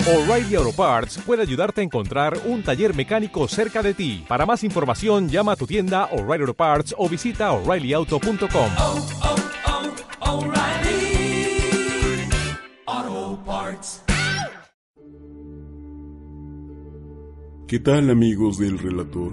O'Reilly Auto Parts puede ayudarte a encontrar un taller mecánico cerca de ti. Para más información, llama a tu tienda O'Reilly Auto Parts o visita O'ReillyAuto.com. O'Reilly Auto Parts. ¿Qué tal, amigos del Relator?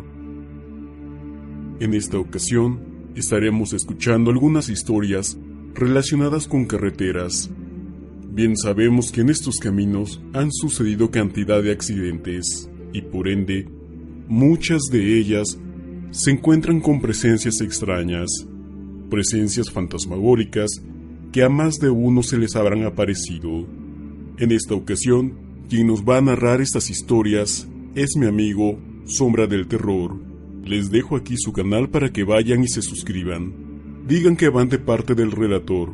En esta ocasión estaremos escuchando algunas historias relacionadas con carreteras. Bien sabemos que en estos caminos han sucedido cantidad de accidentes y por ende, muchas de ellas se encuentran con presencias extrañas, presencias fantasmagóricas que a más de uno se les habrán aparecido. En esta ocasión, quien nos va a narrar estas historias es mi amigo Sombra del Terror. Les dejo aquí su canal para que vayan y se suscriban. Digan que van de parte del Relator.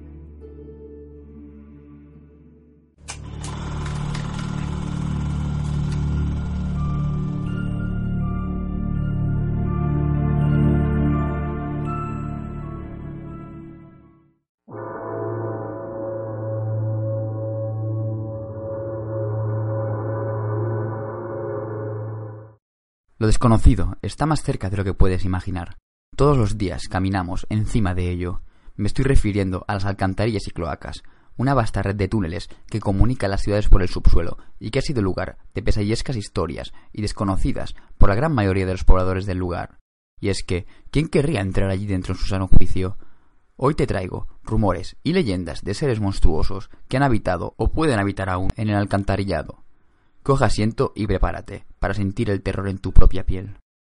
Lo desconocido está más cerca de lo que puedes imaginar. Todos los días caminamos encima de ello. Me estoy refiriendo a las alcantarillas y cloacas, una vasta red de túneles que comunica las ciudades por el subsuelo y que ha sido lugar de pesadillescas historias y desconocidas por la gran mayoría de los pobladores del lugar. Y es que, ¿quién querría entrar allí dentro en su sano juicio? Hoy te traigo rumores y leyendas de seres monstruosos que han habitado o pueden habitar aún en el alcantarillado. Coja asiento y prepárate para sentir el terror en tu propia piel.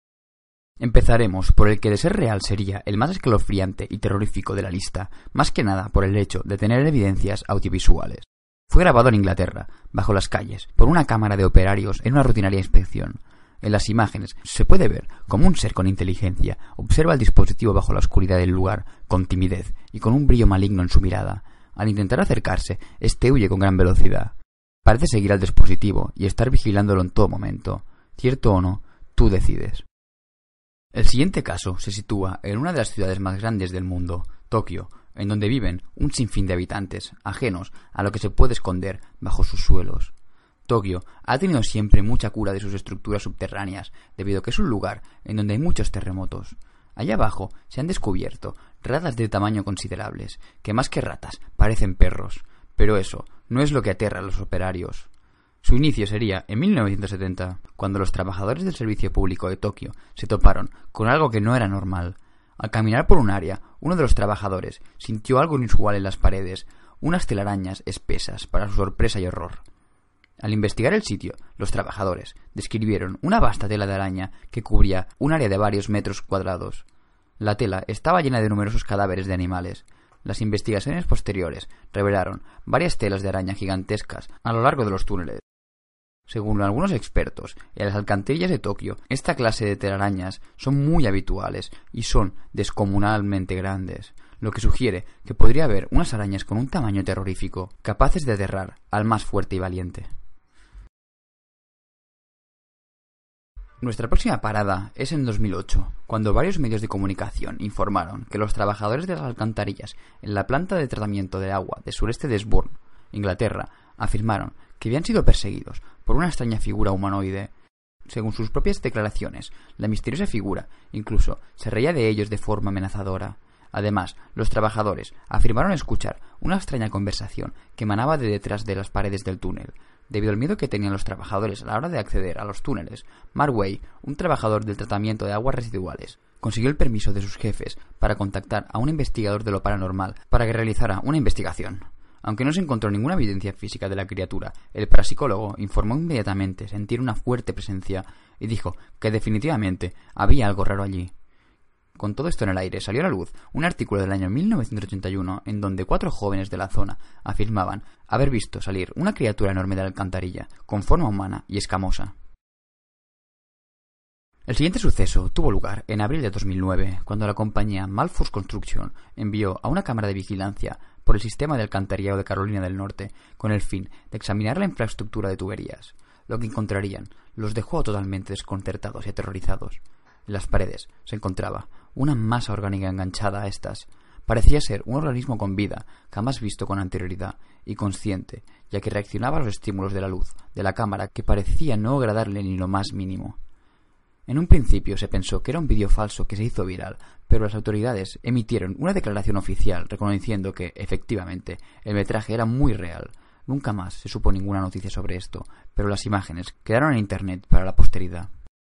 Empezaremos por el que de ser real sería el más escalofriante y terrorífico de la lista, más que nada por el hecho de tener evidencias audiovisuales. Fue grabado en Inglaterra, bajo las calles, por una cámara de operarios en una rutinaria inspección. En las imágenes se puede ver cómo un ser con inteligencia observa el dispositivo bajo la oscuridad del lugar, con timidez y con un brillo maligno en su mirada. Al intentar acercarse, este huye con gran velocidad. Parece seguir al dispositivo y estar vigilándolo en todo momento. Cierto o no, tú decides. El siguiente caso se sitúa en una de las ciudades más grandes del mundo, Tokio, en donde viven un sinfín de habitantes, ajenos a lo que se puede esconder bajo sus suelos. Tokio ha tenido siempre mucha cura de sus estructuras subterráneas, debido a que es un lugar en donde hay muchos terremotos. Allá abajo se han descubierto ratas de tamaño considerables, que más que ratas parecen perros. Pero eso no es lo que aterra a los operarios. Su inicio sería en 1970, cuando los trabajadores del servicio público de Tokio se toparon con algo que no era normal. Al caminar por un área, uno de los trabajadores sintió algo inusual en las paredes, unas telarañas espesas para su sorpresa y horror. Al investigar el sitio, los trabajadores describieron una vasta tela de araña que cubría un área de varios metros cuadrados. La tela estaba llena de numerosos cadáveres de animales. Las investigaciones posteriores revelaron varias telas de araña gigantescas a lo largo de los túneles. Según algunos expertos, en las alcantarillas de Tokio, esta clase de telarañas son muy habituales y son descomunalmente grandes, lo que sugiere que podría haber unas arañas con un tamaño terrorífico, capaces de aterrar al más fuerte y valiente. Nuestra próxima parada es en 2008, cuando varios medios de comunicación informaron que los trabajadores de las alcantarillas en la planta de tratamiento de agua del sureste de Eastbourne, Inglaterra, afirmaron que habían sido perseguidos por una extraña figura humanoide. Según sus propias declaraciones, la misteriosa figura incluso se reía de ellos de forma amenazadora. Además, los trabajadores afirmaron escuchar una extraña conversación que emanaba de detrás de las paredes del túnel. Debido al miedo que tenían los trabajadores a la hora de acceder a los túneles, Mark Way, un trabajador del tratamiento de aguas residuales, consiguió el permiso de sus jefes para contactar a un investigador de lo paranormal para que realizara una investigación. Aunque no se encontró ninguna evidencia física de la criatura, el parapsicólogo informó inmediatamente sentir una fuerte presencia y dijo que definitivamente había algo raro allí. Con todo esto en el aire, salió a la luz un artículo del año 1981 en donde 4 jóvenes de la zona afirmaban haber visto salir una criatura enorme de la alcantarilla, con forma humana y escamosa. El siguiente suceso tuvo lugar en abril de 2009, cuando la compañía Malfors Construction envió a una cámara de vigilancia por el sistema de alcantarillado de Carolina del Norte con el fin de examinar la infraestructura de tuberías. Lo que encontrarían los dejó totalmente desconcertados y aterrorizados. En las paredes se encontraba una masa orgánica enganchada a estas. Parecía ser un organismo con vida, jamás visto con anterioridad y consciente, ya que reaccionaba a los estímulos de la luz de la cámara que parecía no agradarle ni lo más mínimo. En un principio se pensó que era un vídeo falso que se hizo viral, pero las autoridades emitieron una declaración oficial reconociendo que, efectivamente, el metraje era muy real. Nunca más se supo ninguna noticia sobre esto, pero las imágenes quedaron en internet para la posteridad.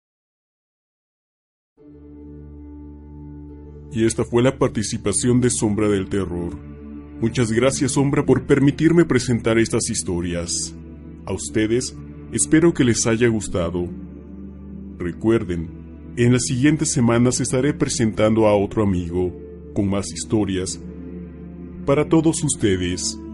Y esta fue la participación de Sombra del Terror. Muchas gracias, Sombra, por permitirme presentar estas historias. A ustedes, espero que les haya gustado. Recuerden, en las siguientes semanas estaré presentando a otro amigo con más historias para todos ustedes.